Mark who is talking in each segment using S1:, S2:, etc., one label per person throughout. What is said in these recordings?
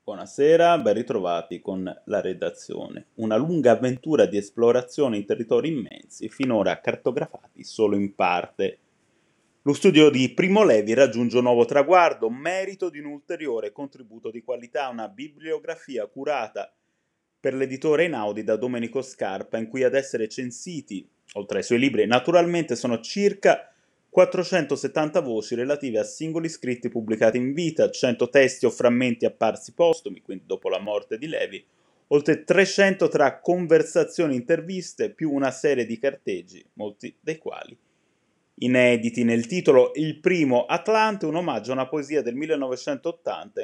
S1: Buonasera, ben ritrovati con la redazione. Una lunga avventura di esplorazione in territori immensi, finora cartografati solo in parte. Lo studio di Primo Levi raggiunge un nuovo traguardo, merito di un ulteriore contributo di qualità, una bibliografia curata per l'editore Einaudi da Domenico Scarpa, in cui ad essere censiti, oltre ai suoi libri, naturalmente sono circa 470 voci relative a singoli scritti pubblicati in vita, 100 testi o frammenti apparsi postumi, quindi dopo la morte di Levi, oltre 300 tra conversazioni e interviste, più una serie di carteggi, molti dei quali inediti. Nel titolo Il primo Atlante, un omaggio a una poesia del 1980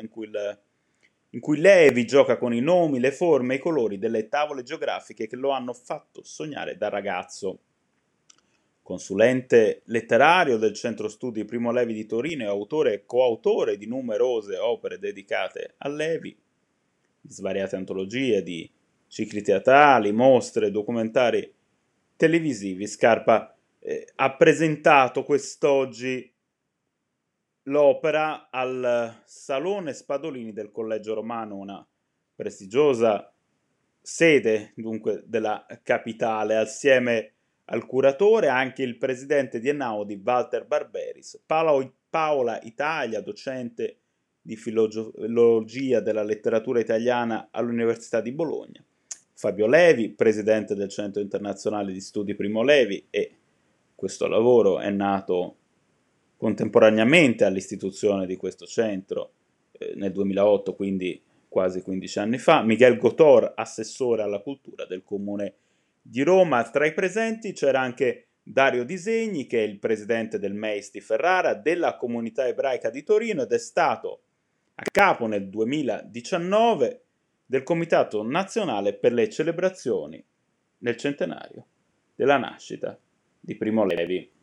S1: in cui Levi gioca con i nomi, le forme e i colori delle tavole geografiche che lo hanno fatto sognare da ragazzo. Consulente letterario del Centro Studi Primo Levi di Torino e autore e coautore di numerose opere dedicate a Levi, di svariate antologie, di cicli teatrali, mostre, documentari televisivi, Scarpa ha presentato quest'oggi l'opera al Salone Spadolini del Collegio Romano, una prestigiosa sede dunque della capitale, assieme al curatore anche il presidente di Einaudi, Walter Barberis, Paola Italia, docente di filologia della letteratura italiana all'Università di Bologna, Fabio Levi, presidente del Centro Internazionale di Studi Primo Levi, e questo lavoro è nato contemporaneamente all'istituzione di questo centro nel 2008, quindi quasi 15 anni fa, Miguel Gotor, assessore alla cultura del Comune di Roma. Tra i presenti c'era anche Dario Disegni, che è il presidente del MEIS di Ferrara, della comunità ebraica di Torino, ed è stato a capo nel 2019 del Comitato Nazionale per le celebrazioni del centenario della nascita di Primo Levi.